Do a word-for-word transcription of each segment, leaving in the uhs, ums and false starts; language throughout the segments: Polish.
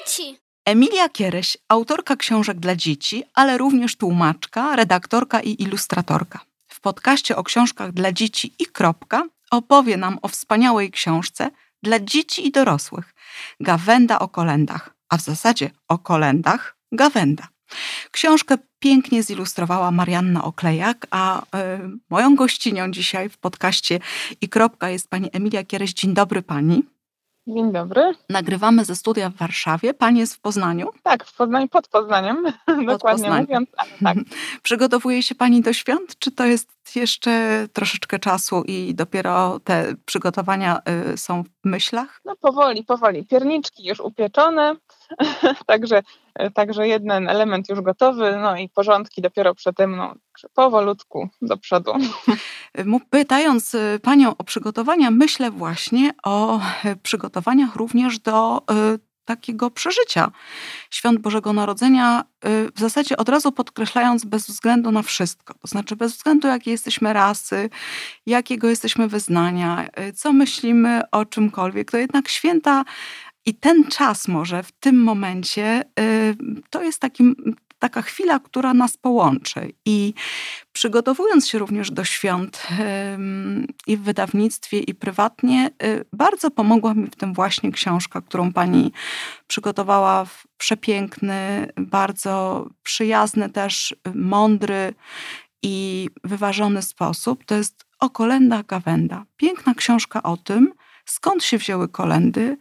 dzieci. Emilia Kiereś, autorka książek dla dzieci, ale również tłumaczka, redaktorka i ilustratorka. W podcaście o książkach dla dzieci i kropka opowie nam o wspaniałej książce dla dzieci i dorosłych. Gawenda o kolędach, a w zasadzie o kolędach Gawenda. Książkę pięknie zilustrowała Marianna Oklejak, a y, moją gościnią dzisiaj w podcaście i kropka jest pani Emilia Kiereś. Dzień dobry pani. Dzień dobry. Nagrywamy ze studia w Warszawie. Pani jest w Poznaniu? Tak, w Poznaniu, pod Poznaniem, Pod dokładnie Poznaniem. mówiąc, ale tak. Przygotowuje się pani do świąt, czy to jest jeszcze troszeczkę czasu i dopiero te przygotowania y, są w myślach? No powoli, powoli. Pierniczki już upieczone, także, także jeden element już gotowy, no i porządki dopiero przede mną, także powolutku do przodu. Pytając panią o przygotowania, myślę właśnie o przygotowaniach również do y, takiego przeżycia Świąt Bożego Narodzenia, y, w zasadzie od razu podkreślając bez względu na wszystko. To znaczy bez względu jakiej jesteśmy rasy, jakiego jesteśmy wyznania, y, co myślimy o czymkolwiek, to jednak święta i ten czas może w tym momencie y, to jest takim, taka chwila, która nas połączy. I przygotowując się również do świąt y, i w wydawnictwie, i prywatnie, y, bardzo pomogła mi w tym właśnie książka, którą pani przygotowała w przepiękny, bardzo przyjazny też, mądry i wyważony sposób. To jest O kolędach Gawenda. Piękna książka o tym, skąd się wzięły kolędy,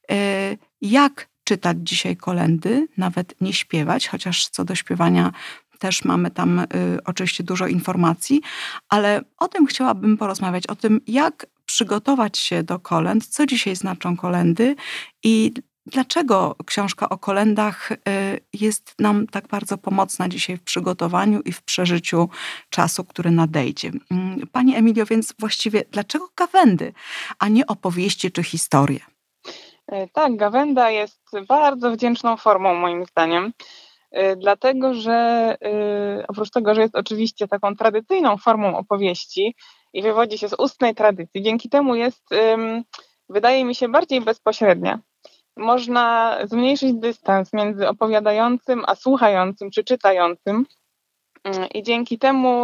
jak czytać dzisiaj kolędy, nawet nie śpiewać, chociaż co do śpiewania też mamy tam y, oczywiście dużo informacji, ale o tym chciałabym porozmawiać, o tym, jak przygotować się do kolęd, co dzisiaj znaczą kolędy i dlaczego książka o kolędach y, jest nam tak bardzo pomocna dzisiaj w przygotowaniu i w przeżyciu czasu, który nadejdzie. Pani Emilio, więc właściwie dlaczego gawędy, a nie opowieści czy historie? Tak, gawenda jest bardzo wdzięczną formą moim zdaniem, dlatego że oprócz tego, że jest oczywiście taką tradycyjną formą opowieści i wywodzi się z ustnej tradycji, dzięki temu jest, wydaje mi się, bardziej bezpośrednia. Można zmniejszyć dystans między opowiadającym a słuchającym czy czytającym i dzięki temu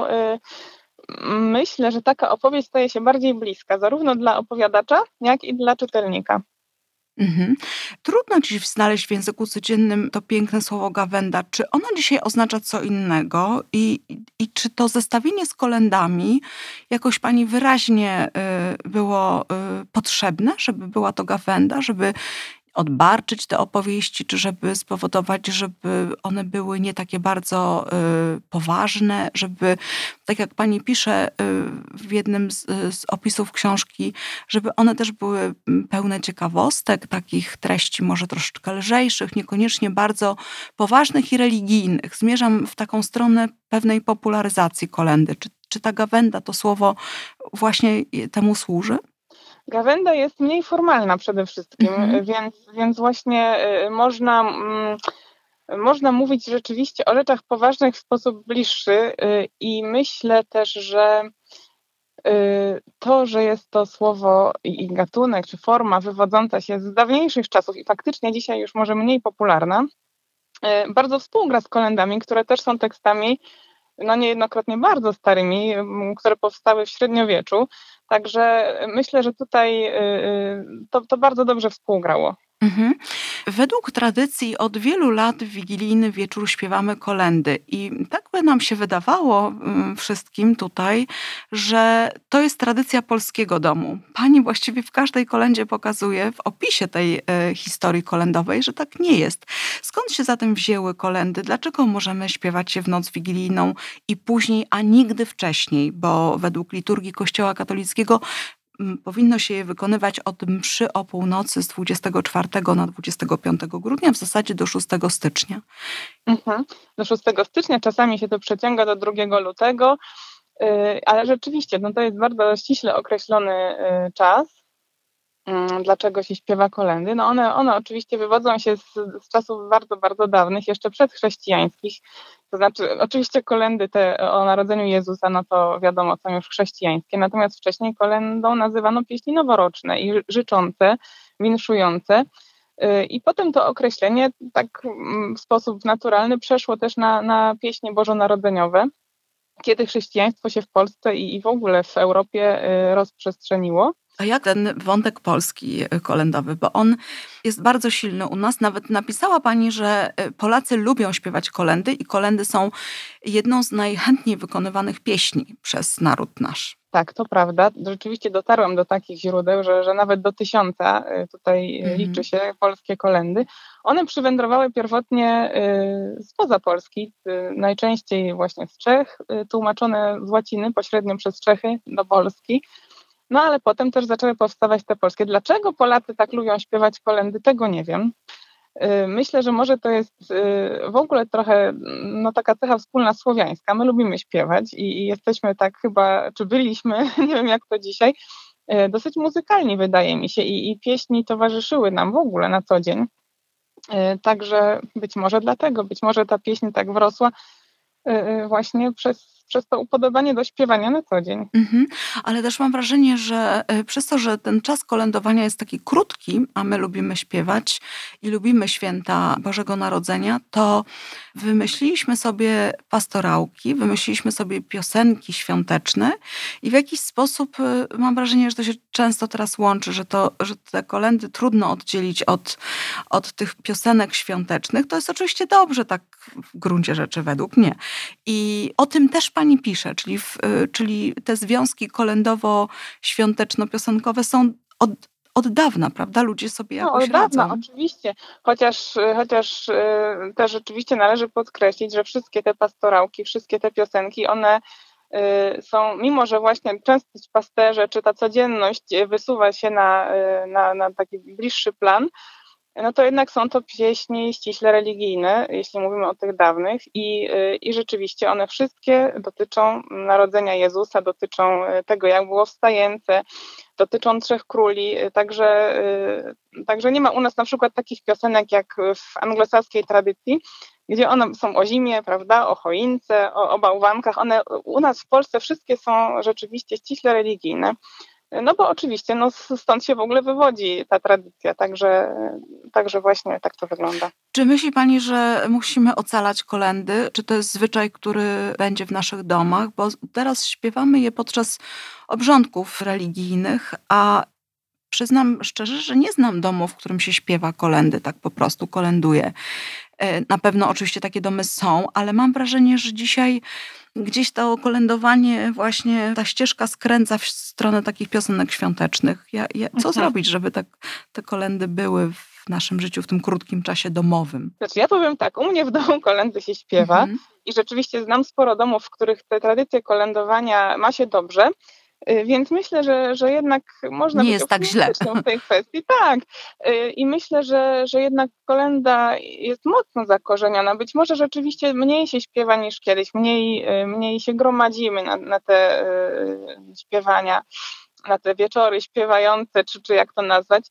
myślę, że taka opowieść staje się bardziej bliska zarówno dla opowiadacza, jak i dla czytelnika. Mhm. Trudno dziś znaleźć w języku codziennym to piękne słowo gawenda. Czy ono dzisiaj oznacza co innego i, i, i czy to zestawienie z kolędami jakoś pani wyraźnie y, było y, potrzebne, żeby była to gawenda, żeby odbarczyć te opowieści, czy żeby spowodować, żeby one były nie takie bardzo y, poważne, żeby, tak jak pani pisze y, w jednym z, z opisów książki, żeby one też były pełne ciekawostek, takich treści może troszeczkę lżejszych, niekoniecznie bardzo poważnych i religijnych. Zmierzam w taką stronę pewnej popularyzacji kolędy. Czy, czy ta gawenda, to słowo właśnie temu służy? Gawenda jest mniej formalna przede wszystkim, mhm. więc, więc właśnie y, można, y, można mówić rzeczywiście o rzeczach poważnych w sposób bliższy y, i myślę też, że y, to, że jest to słowo i, i gatunek, czy forma wywodząca się z dawniejszych czasów i faktycznie dzisiaj już może mniej popularna, y, bardzo współgra z kolędami, które też są tekstami no niejednokrotnie bardzo starymi, które powstały w średniowieczu. Także myślę, że tutaj to, to bardzo dobrze współgrało. Mhm. Według tradycji od wielu lat w wigilijny wieczór śpiewamy kolędy i tak by nam się wydawało wszystkim tutaj, że to jest tradycja polskiego domu. Pani właściwie w każdej kolędzie pokazuje w opisie tej e, historii kolędowej, że tak nie jest. Skąd się zatem wzięły kolędy? Dlaczego możemy śpiewać je w noc wigilijną i później, a nigdy wcześniej? Bo według liturgii Kościoła katolickiego powinno się je wykonywać od mszy o północy z dwudziestego czwartego na dwudziestego piątego grudnia, w zasadzie do szóstego stycznia. Mhm. Do szóstego stycznia, czasami się to przeciąga do drugiego lutego, ale rzeczywiście no to jest bardzo ściśle określony czas, dlaczego się śpiewa kolędy. No one, one oczywiście wywodzą się z, z czasów bardzo, bardzo dawnych, jeszcze przedchrześcijańskich. To znaczy, oczywiście kolędy te o narodzeniu Jezusa, no to wiadomo, są już chrześcijańskie, natomiast wcześniej kolędą nazywano pieśni noworoczne i życzące, winszujące. I potem to określenie tak w sposób naturalny przeszło też na, na pieśni bożonarodzeniowe, kiedy chrześcijaństwo się w Polsce i w ogóle w Europie rozprzestrzeniło. A jak ten wątek polski kolędowy, bo on jest bardzo silny u nas. Nawet napisała pani, że Polacy lubią śpiewać kolędy i kolędy są jedną z najchętniej wykonywanych pieśni przez naród nasz. Tak, to prawda. Rzeczywiście dotarłam do takich źródeł, że, że nawet do tysiąca tutaj mhm. liczy się polskie kolędy. One przywędrowały pierwotnie spoza Polski, najczęściej właśnie z Czech, tłumaczone z łaciny pośrednio przez Czechy do Polski. No ale potem też zaczęły powstawać te polskie. Dlaczego Polacy tak lubią śpiewać kolędy, tego nie wiem. Myślę, że może to jest w ogóle trochę no, taka cecha wspólna słowiańska. My lubimy śpiewać i, i jesteśmy tak chyba, czy byliśmy, nie wiem jak to dzisiaj, dosyć muzykalni wydaje mi się i, i pieśni towarzyszyły nam w ogóle na co dzień. Także być może dlatego, być może ta pieśń tak wrosła właśnie przez przez to upodobanie do śpiewania na co dzień. Mhm. Ale też mam wrażenie, że przez to, że ten czas kolędowania jest taki krótki, a my lubimy śpiewać i lubimy święta Bożego Narodzenia, to wymyśliliśmy sobie pastorałki, wymyśliliśmy sobie piosenki świąteczne i w jakiś sposób mam wrażenie, że to się często teraz łączy, że, to, że te kolędy trudno oddzielić od, od tych piosenek świątecznych. To jest oczywiście dobrze, tak w gruncie rzeczy według mnie. I o tym też pani pisze, czyli, w, czyli te związki kolędowo-świąteczno-piosenkowe są od, od dawna, prawda? Ludzie sobie jakoś no, od dawna, radzą. Oczywiście. Chociaż, chociaż też rzeczywiście należy podkreślić, że wszystkie te pastorałki, wszystkie te piosenki, one są, mimo że właśnie częstość pasterze, czy ta codzienność wysuwa się na, na, na taki bliższy plan, no to jednak są to pieśni ściśle religijne, jeśli mówimy o tych dawnych i, i rzeczywiście one wszystkie dotyczą narodzenia Jezusa, dotyczą tego, jak było wstajęce, dotyczą Trzech Króli, także, także nie ma u nas na przykład takich piosenek jak w anglosaskiej tradycji, gdzie one są o zimie, prawda, o choince, o, o bałwankach. One u nas w Polsce wszystkie są rzeczywiście ściśle religijne. No bo oczywiście no stąd się w ogóle wywodzi ta tradycja, także, także właśnie tak to wygląda. Czy myśli pani, że musimy ocalać kolędy? Czy to jest zwyczaj, który będzie w naszych domach? Bo teraz śpiewamy je podczas obrządków religijnych, a przyznam szczerze, że nie znam domu, w którym się śpiewa kolędy, tak po prostu kolęduje. Na pewno oczywiście takie domy są, ale mam wrażenie, że dzisiaj gdzieś to kolędowanie, właśnie ta ścieżka skręca w stronę takich piosenek świątecznych. Ja, ja, co mhm. zrobić, żeby tak, te kolędy były w naszym życiu w tym krótkim czasie domowym? Znaczy ja powiem tak, u mnie w domu kolędy się śpiewa mhm. i rzeczywiście znam sporo domów, w których te tradycje kolędowania ma się dobrze. Więc myślę, że, że jednak można nie być jest tak źle w tej kwestii. Tak. I myślę, że, że jednak kolęda jest mocno zakorzeniona. Być może rzeczywiście mniej się śpiewa niż kiedyś, mniej, mniej się gromadzimy na, na te śpiewania, na te wieczory śpiewające, czy, czy jak to nazwać.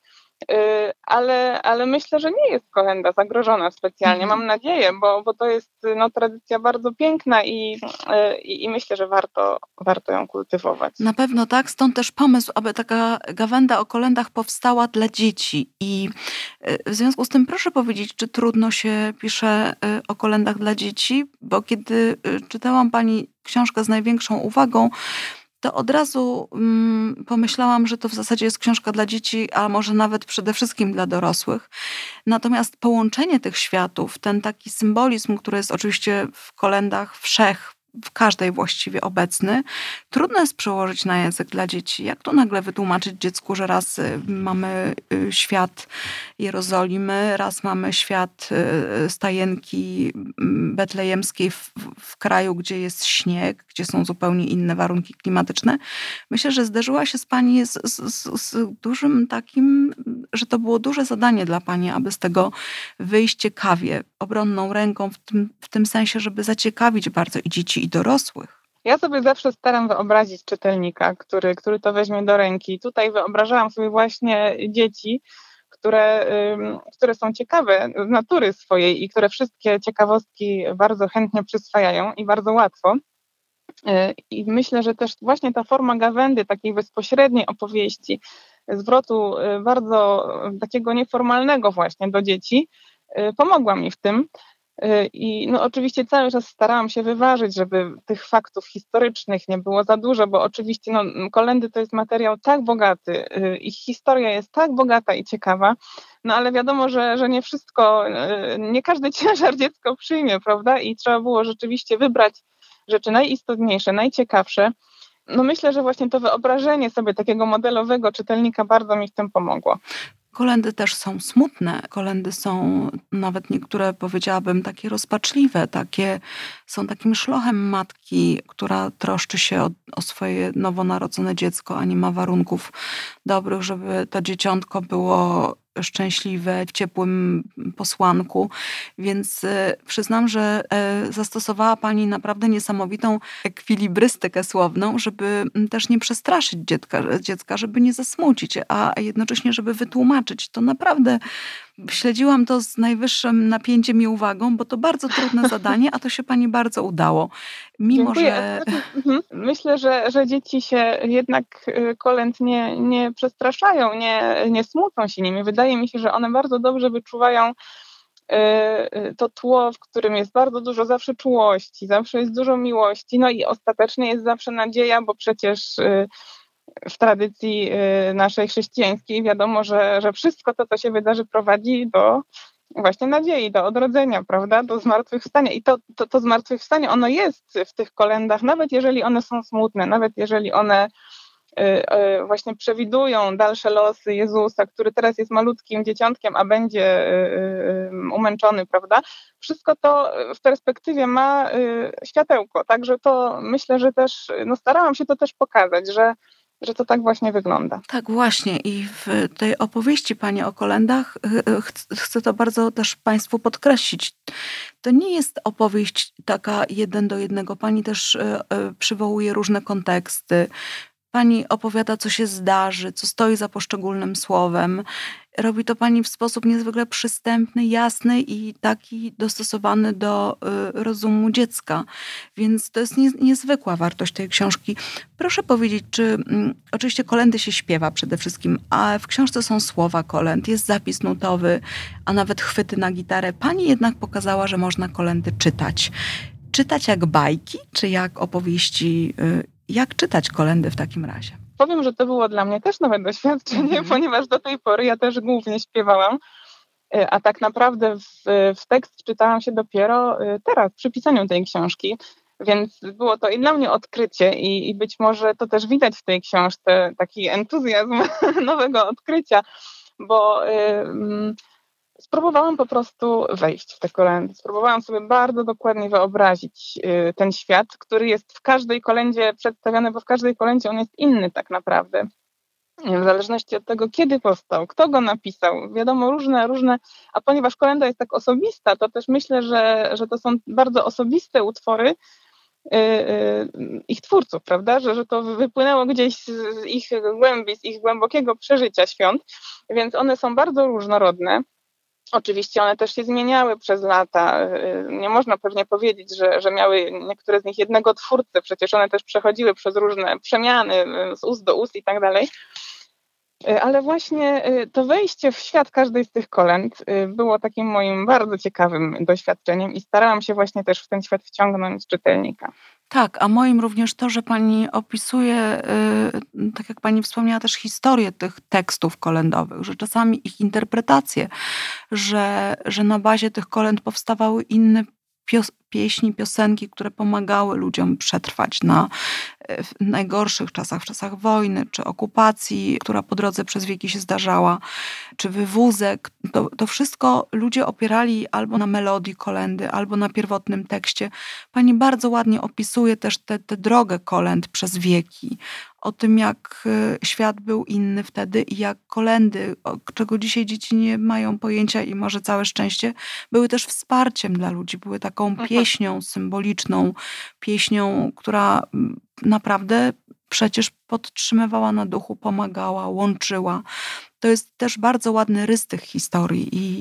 Ale, ale myślę, że nie jest kolęda zagrożona specjalnie, mam nadzieję, bo, bo to jest no, tradycja bardzo piękna i, i, i myślę, że warto, warto ją kultywować. Na pewno tak, stąd też pomysł, aby taka gawenda o kolędach powstała dla dzieci i w związku z tym proszę powiedzieć, czy trudno się pisze o kolędach dla dzieci, bo kiedy czytałam pani książkę z największą uwagą, to od razu mm, pomyślałam, że to w zasadzie jest książka dla dzieci, a może nawet przede wszystkim dla dorosłych. Natomiast połączenie tych światów, ten taki symbolizm, który jest oczywiście w kolędach wszech, w każdej właściwie obecny, trudno jest przełożyć na język dla dzieci. Jak to nagle wytłumaczyć dziecku, że raz mamy świat Jerozolimy, raz mamy świat stajenki betlejemskiej w, w kraju, gdzie jest śnieg, gdzie są zupełnie inne warunki klimatyczne. Myślę, że zderzyła się z pani z, z, z dużym takim, że to było duże zadanie dla pani, aby z tego wyjść ciekawie, obronną ręką, w tym, w tym sensie, żeby zaciekawić bardzo i dzieci, i dorosłych. Ja sobie zawsze staram wyobrazić czytelnika, który, który to weźmie do ręki. Tutaj wyobrażałam sobie właśnie dzieci, które, które są ciekawe z natury swojej i które wszystkie ciekawostki bardzo chętnie przyswajają i bardzo łatwo. I myślę, że też właśnie ta forma gawędy, takiej bezpośredniej opowieści, zwrotu bardzo takiego nieformalnego właśnie do dzieci, pomogła mi w tym. I no oczywiście cały czas starałam się wyważyć, żeby tych faktów historycznych nie było za dużo, bo oczywiście no, kolędy to jest materiał tak bogaty, ich historia jest tak bogata i ciekawa, no ale wiadomo, że, że nie wszystko, nie każdy ciężar dziecko przyjmie, prawda? I trzeba było rzeczywiście wybrać rzeczy najistotniejsze, najciekawsze. No myślę, że właśnie to wyobrażenie sobie takiego modelowego czytelnika bardzo mi w tym pomogło. Kolędy też są smutne. Kolędy są nawet niektóre, powiedziałabym, takie rozpaczliwe. Takie, są takim szlochem matki, która troszczy się o, o swoje nowonarodzone dziecko, a nie ma warunków dobrych, żeby to dzieciątko było szczęśliwe, w ciepłym posłanku. Więc przyznam, że zastosowała Pani naprawdę niesamowitą ekwilibrystykę słowną, żeby też nie przestraszyć dziecka, dziecka, żeby nie zasmucić, a jednocześnie, żeby wytłumaczyć. To naprawdę śledziłam to z najwyższym napięciem i uwagą, bo to bardzo trudne zadanie, a to się Pani bardzo udało. Mimo, Dziękuję. że... Myślę, że, że dzieci się jednak kolęd nie, nie przestraszają, nie, nie smucą się nimi. Wydaje mi się, że one bardzo dobrze wyczuwają to tło, w którym jest bardzo dużo zawsze czułości, zawsze jest dużo miłości, no i ostatecznie jest zawsze nadzieja, bo przecież w tradycji naszej chrześcijańskiej wiadomo, że, że wszystko to, co się wydarzy, prowadzi do właśnie nadziei, do odrodzenia, prawda, do zmartwychwstania. I to, to, to zmartwychwstanie, ono jest w tych kolędach, nawet jeżeli one są smutne, nawet jeżeli one y, y, właśnie przewidują dalsze losy Jezusa, który teraz jest malutkim dzieciątkiem, a będzie y, y, umęczony, prawda. Wszystko to w perspektywie ma y, światełko, także to myślę, że też, no starałam się to też pokazać, że że to tak właśnie wygląda. Tak właśnie i w tej opowieści Pani o kolędach chcę to bardzo też Państwu podkreślić. To nie jest opowieść taka jeden do jednego. Pani też przywołuje różne konteksty. Pani opowiada, co się zdarzy, co stoi za poszczególnym słowem. Robi to Pani w sposób niezwykle przystępny, jasny i taki dostosowany do rozumu dziecka. Więc to jest niezwykła wartość tej książki. Proszę powiedzieć, czy oczywiście kolędy się śpiewa przede wszystkim, a w książce są słowa kolęd, jest zapis nutowy, a nawet chwyty na gitarę. Pani jednak pokazała, że można kolędy czytać. Czytać jak bajki, czy jak opowieści? Jak czytać kolędy w takim razie? Powiem, że to było dla mnie też nowe doświadczenie, mm-hmm. ponieważ do tej pory ja też głównie śpiewałam, a tak naprawdę w, w tekst czytałam się dopiero teraz, przy pisaniu tej książki, więc było to i dla mnie odkrycie i, i być może to też widać w tej książce, taki entuzjazm nowego odkrycia, bo... Yy, Spróbowałam po prostu wejść w te kolędy. Spróbowałam sobie bardzo dokładnie wyobrazić ten świat, który jest w każdej kolędzie przedstawiony, bo w każdej kolędzie on jest inny tak naprawdę. W zależności od tego, kiedy powstał, kto go napisał. Wiadomo, różne, różne, a ponieważ kolęda jest tak osobista, to też myślę, że, że to są bardzo osobiste utwory ich twórców, prawda, że, że to wypłynęło gdzieś z ich głębi, z ich głębokiego przeżycia świąt, więc one są bardzo różnorodne. Oczywiście one też się zmieniały przez lata. Nie można pewnie powiedzieć, że, że miały niektóre z nich jednego twórcę, przecież one też przechodziły przez różne przemiany z ust do ust i tak dalej. Ale właśnie to wejście w świat każdej z tych kolęd było takim moim bardzo ciekawym doświadczeniem i starałam się właśnie też w ten świat wciągnąć czytelnika. Tak, a moim również to, że Pani opisuje, tak jak Pani wspomniała, też historię tych tekstów kolędowych, że czasami ich interpretacje, że, że na bazie tych kolęd powstawały inne pios- pieśni, piosenki, które pomagały ludziom przetrwać na w najgorszych czasach, w czasach wojny, czy okupacji, która po drodze przez wieki się zdarzała, czy wywózek. To, to wszystko ludzie opierali albo na melodii kolędy, albo na pierwotnym tekście. Pani bardzo ładnie opisuje też tę drogę kolęd przez wieki. O tym, jak świat był inny wtedy i jak kolędy, czego dzisiaj dzieci nie mają pojęcia i może całe szczęście, były też wsparciem dla ludzi. Były taką pieśnią symboliczną, pieśnią, która naprawdę przecież podtrzymywała na duchu, pomagała, łączyła. To jest też bardzo ładny rys tych historii i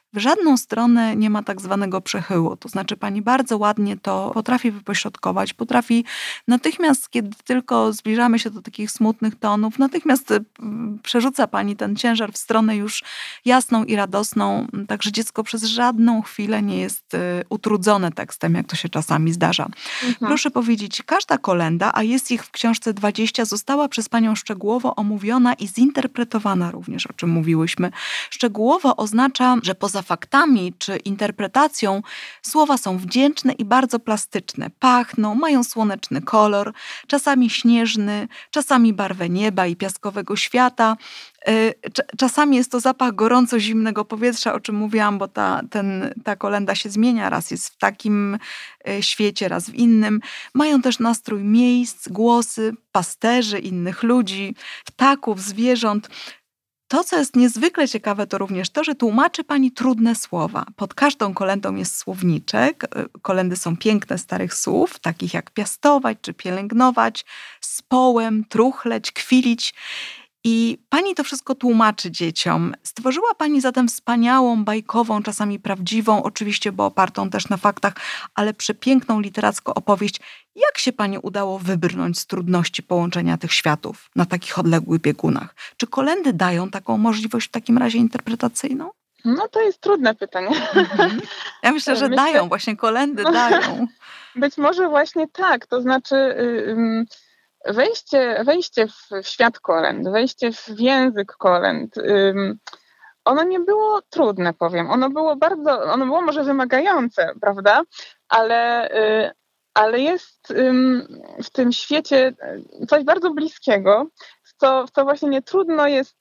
w żadną stronę nie ma tak zwanego przechyłu. To znaczy pani bardzo ładnie to potrafi wypośrodkować, potrafi natychmiast, kiedy tylko zbliżamy się do takich smutnych tonów, natychmiast przerzuca pani ten ciężar w stronę już jasną i radosną, także dziecko przez żadną chwilę nie jest utrudzone tekstem, jak to się czasami zdarza. Mhm. Proszę powiedzieć, każda kolenda, a jest ich w książce dwadzieścia, została przez panią szczegółowo omówiona i zinterpretowana również, o czym mówiłyśmy. Szczegółowo oznacza, że poza faktami czy interpretacją słowa są wdzięczne i bardzo plastyczne. Pachną, mają słoneczny kolor, czasami śnieżny, czasami barwę nieba i piaskowego świata. Czasami jest to zapach gorąco-zimnego powietrza, o czym mówiłam, bo ta, ten, ta kolenda się zmienia. Raz jest w takim świecie, raz w innym. Mają też nastrój miejsc, głosy, pasterzy, innych ludzi, ptaków, zwierząt. To, co jest niezwykle ciekawe, to również to, że tłumaczy pani trudne słowa. Pod każdą kolendą jest słowniczek. Kolendy są piękne starych słów, takich jak piastować czy pielęgnować, z połem, truchleć, kwilić. I pani to wszystko tłumaczy dzieciom. Stworzyła pani zatem wspaniałą, bajkową, czasami prawdziwą, oczywiście, bo opartą też na faktach, ale przepiękną literacką opowieść. Jak się pani udało wybrnąć z trudności połączenia tych światów na takich odległych biegunach? Czy kolendy dają taką możliwość w takim razie interpretacyjną? No to jest trudne pytanie. Mhm. Ja myślę, że myślę, dają, właśnie kolendy no, dają. Być może właśnie tak, to znaczy... Yy, Wejście, wejście w świat kolęd, wejście w język kolęd, ono nie było trudne, powiem. Ono było bardzo, ono było może wymagające, prawda? Ale, ale jest w tym świecie coś bardzo bliskiego, w co, w co właśnie nie trudno jest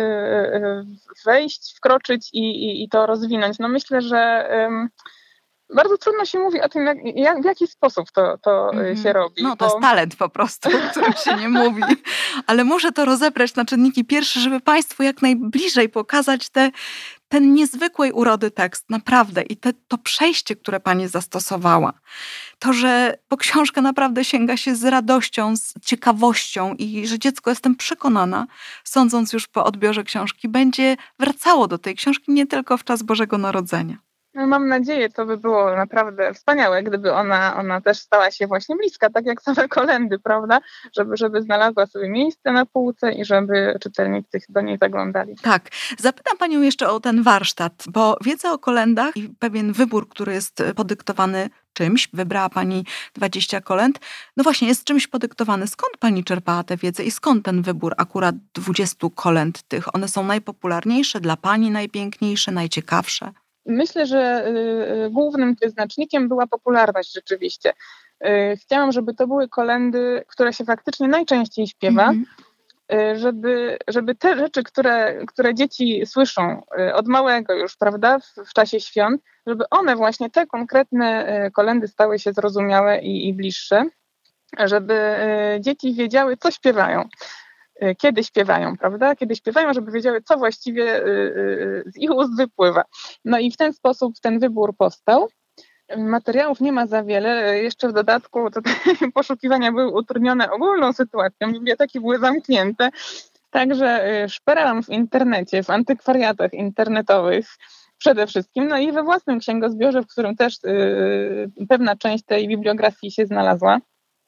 wejść, wkroczyć i, i, i to rozwinąć. No myślę, że bardzo trudno się mówi o tym, jak, jak, w jaki sposób to, to mm-hmm. się robi. No to bo... jest talent po prostu, o którym się nie mówi. Ale muszę to rozebrać na czynniki pierwsze, żeby państwu jak najbliżej pokazać te, ten niezwykłej urody tekst, naprawdę. I te, to przejście, które pani zastosowała. To, że po książkę naprawdę sięga się z radością, z ciekawością i że dziecko, jestem przekonana, sądząc już po odbiorze książki, będzie wracało do tej książki nie tylko w czas Bożego Narodzenia. No mam nadzieję, to by było naprawdę wspaniałe, gdyby ona, ona też stała się właśnie bliska, tak jak same kolendy, prawda? Żeby, żeby znalazła sobie miejsce na półce i żeby czytelnicy do niej zaglądali. Tak. Zapytam panią jeszcze o ten warsztat, bo wiedza o kolendach i pewien wybór, który jest podyktowany czymś, wybrała pani dwadzieścia kolęd, no właśnie jest czymś podyktowany. Skąd pani czerpała tę wiedzę i skąd ten wybór akurat dwudziestu kolęd tych? One są najpopularniejsze, dla pani najpiękniejsze, najciekawsze? Myślę, że y, głównym wyznacznikiem była popularność rzeczywiście. Y, chciałam, żeby to były kolendy, które się faktycznie najczęściej śpiewa, mm-hmm. y, żeby, żeby te rzeczy, które, które dzieci słyszą y, od małego już, prawda, w, w czasie świąt, żeby one właśnie, te konkretne y, kolendy stały się zrozumiałe i, i bliższe, żeby y, dzieci wiedziały, co śpiewają. Kiedy śpiewają, prawda? Kiedy śpiewają, żeby wiedziały, co właściwie z ich ust wypływa. No i w ten sposób ten wybór powstał. Materiałów nie ma za wiele. Jeszcze w dodatku to poszukiwania były utrudnione ogólną sytuacją. Biblioteki były zamknięte. Także szperałam w internecie, w antykwariatach internetowych przede wszystkim. No i we własnym księgozbiorze, w którym też pewna część tej bibliografii się znalazła.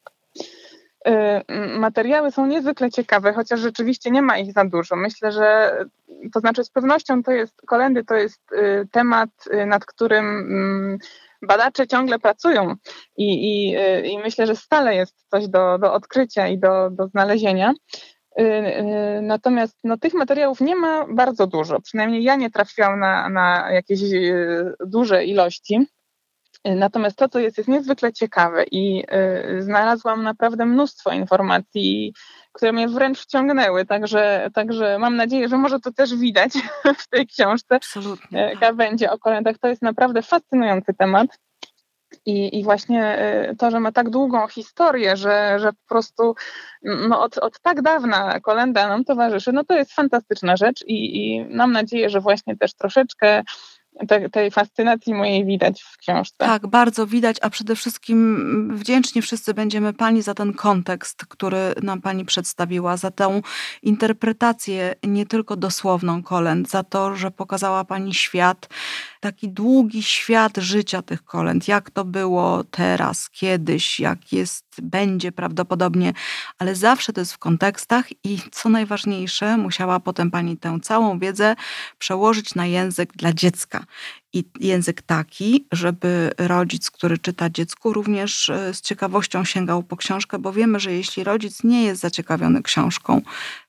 Materiały są niezwykle ciekawe, chociaż rzeczywiście nie ma ich za dużo. Myślę, że to znaczy z pewnością to jest, kolendy to jest temat, nad którym badacze ciągle pracują i, i, i myślę, że stale jest coś do, do odkrycia i do, do znalezienia. Natomiast no, tych materiałów nie ma bardzo dużo, przynajmniej ja nie trafiłam na, na jakieś duże ilości. Natomiast to, co jest, jest niezwykle ciekawe i y, znalazłam naprawdę mnóstwo informacji, które mnie wręcz wciągnęły, także, także mam nadzieję, że może to też widać w tej książce. Absolutnie. Gawędzie o kolendach. To jest naprawdę fascynujący temat i, i właśnie to, że ma tak długą historię, że, że po prostu no, od, od tak dawna kolenda nam towarzyszy, no to jest fantastyczna rzecz i, i mam nadzieję, że właśnie też troszeczkę te, tej fascynacji mojej widać w książce. Tak, bardzo widać, a przede wszystkim wdzięczni wszyscy będziemy Pani za ten kontekst, który nam Pani przedstawiła, za tę interpretację nie tylko dosłowną kolęd, za to, że pokazała Pani świat, taki długi świat życia tych kolęd, jak to było teraz, kiedyś, jak jest, będzie prawdopodobnie, ale zawsze to jest w kontekstach i co najważniejsze, musiała potem Pani tę całą wiedzę przełożyć na język dla dziecka. I język taki, żeby rodzic, który czyta dziecku, również z ciekawością sięgał po książkę, bo wiemy, że jeśli rodzic nie jest zaciekawiony książką,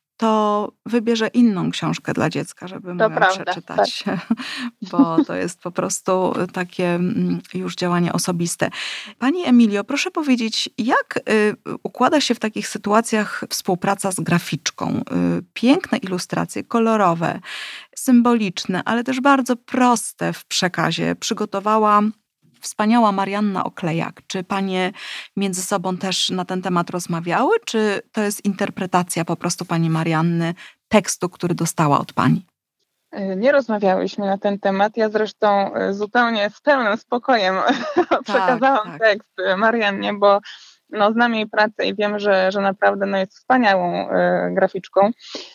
to wybierze inną książkę dla dziecka, żeby mu ją przeczytać, tak. Bo to jest po prostu takie już działanie osobiste. Pani Emilio, proszę powiedzieć, jak układa się w takich sytuacjach współpraca z graficzką? Piękne ilustracje, kolorowe, symboliczne, ale też bardzo proste w przekazie przygotowała wspaniała Marianna Oklejak. Czy panie między sobą też na ten temat rozmawiały, czy to jest interpretacja po prostu pani Marianny tekstu, który dostała od pani? Nie rozmawiałyśmy na ten temat. Ja zresztą zupełnie z pełnym spokojem tak, przekazałam tak. tekst Mariannie, bo no, znam jej pracę i wiem, że, że naprawdę no, jest wspaniałą y, graficzką.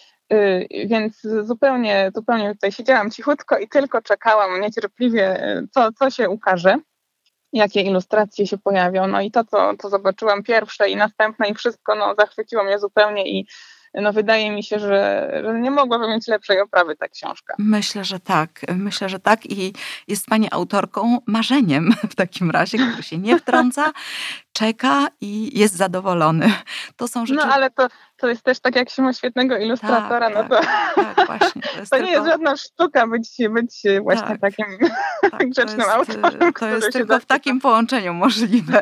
Y, więc zupełnie, zupełnie tutaj siedziałam cichutko i tylko czekałam niecierpliwie, co, co się ukaże. Jakie ilustracje się pojawią. No i to, co, co zobaczyłam pierwsze i następne i wszystko no, zachwyciło mnie zupełnie i no, wydaje mi się, że, że nie mogłaby mieć lepszej oprawy ta książka. Myślę, że tak. Myślę, że tak i jest pani autorką marzeniem w takim razie, który się nie wtrąca, czeka i jest zadowolony. To są rzeczy... No ale to, to jest też tak, jak się ma świetnego ilustratora, tak, no to, tak, właśnie, to, jest to tylko... nie jest żadna sztuka być, być właśnie tak, takim tak, grzecznym to jest, autorem. To jest tylko w takim połączeniu możliwe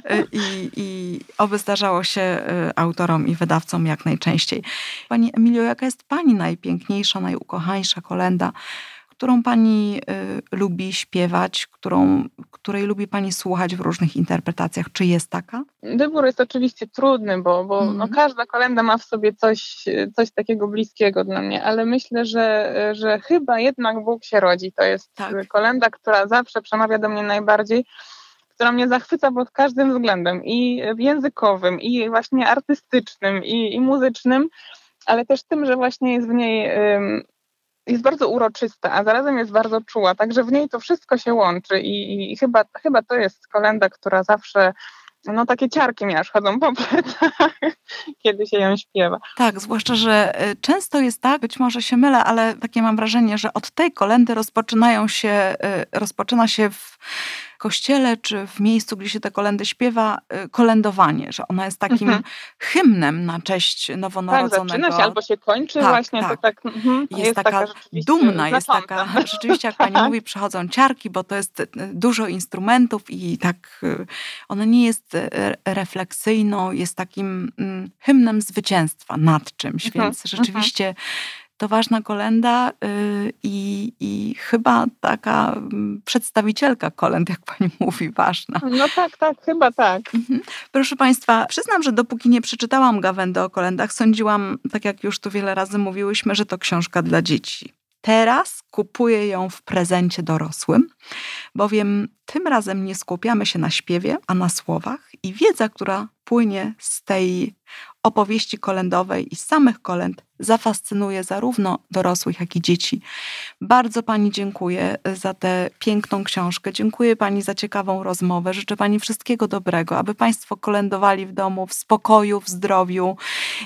I, i oby zdarzało się autorom i wydawcom jak najczęściej. Pani Emilio, jaka jest pani najpiękniejsza, najukochańsza kolęda, którą pani y, lubi śpiewać, którą, której lubi pani słuchać w różnych interpretacjach? Czy jest taka? Wybór jest oczywiście trudny, bo, bo mm. no, każda kolęda ma w sobie coś, coś takiego bliskiego dla mnie, ale myślę, że, że chyba jednak Bóg się rodzi. To jest tak. kolęda, która zawsze przemawia do mnie najbardziej, która mnie zachwyca pod każdym względem, i językowym, i właśnie artystycznym, i, i muzycznym, ale też tym, że właśnie jest w niej... Ym, jest bardzo uroczysta, a zarazem jest bardzo czuła, także w niej to wszystko się łączy i, i chyba, chyba to jest kolęda, która zawsze, no takie ciarki mi aż chodzą po plecach, kiedy się ją śpiewa. Tak, zwłaszcza, że często jest tak, być może się mylę, ale takie mam wrażenie, że od tej kolędy rozpoczynają się, rozpoczyna się w kościele, czy w miejscu, gdzie się te kolędy śpiewa, kolędowanie, że ona jest takim mhm. hymnem na cześć nowonarodzonego. Tak, zaczyna się albo się kończy tak, właśnie. Tak. To tak mhm, jest, jest taka, taka dumna, jest taka, rzeczywiście jak pani mówi, przychodzą ciarki, bo to jest dużo instrumentów i tak ona nie jest refleksyjną, jest takim hymnem zwycięstwa nad czymś, mhm. więc rzeczywiście mhm. to ważna kolęda yy, i, i chyba taka przedstawicielka kolęd, jak pani mówi, ważna. No tak, tak, chyba tak. Mhm. Proszę państwa, przyznam, że dopóki nie przeczytałam Gawędy o kolędach, sądziłam, tak jak już tu wiele razy mówiłyśmy, że to książka dla dzieci. Teraz kupuję ją w prezencie dorosłym, bowiem tym razem nie skupiamy się na śpiewie, a na słowach i wiedza, która płynie z tej opowieści kolędowej i z samych kolęd zafascynuje zarówno dorosłych, jak i dzieci. Bardzo pani dziękuję za tę piękną książkę. Dziękuję pani za ciekawą rozmowę. Życzę pani wszystkiego dobrego, aby państwo kolędowali w domu w spokoju, w zdrowiu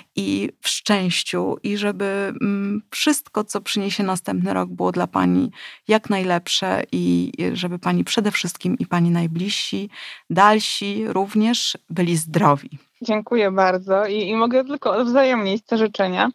i w szczęściu i żeby wszystko, co przyniesie następny rok, było dla pani jak najlepsze i żeby pani przede wszystkim i pani najbliżsi, dalsi również byli zdrowi. Dziękuję bardzo i, i mogę tylko odwzajemnić te życzenia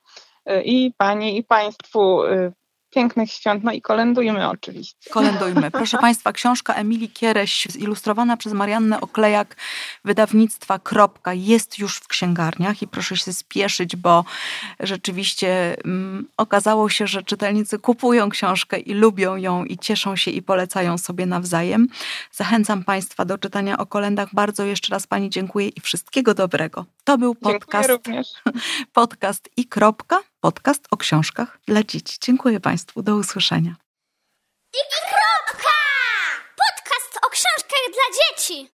i pani, i państwu pięknych świąt, no i kolędujmy oczywiście. Kolędujmy. Proszę państwa, książka Emilii Kiereś, zilustrowana przez Mariannę Oklejak, wydawnictwa Kropka, jest już w księgarniach i proszę się spieszyć, bo rzeczywiście mm, okazało się, że czytelnicy kupują książkę i lubią ją i cieszą się i polecają sobie nawzajem. Zachęcam państwa do czytania o kolędach. Bardzo jeszcze raz pani dziękuję i wszystkiego dobrego. To był podcast, podcast i Kropka. Podcast o książkach dla dzieci. Dziękuję państwu. Do usłyszenia. dzieci!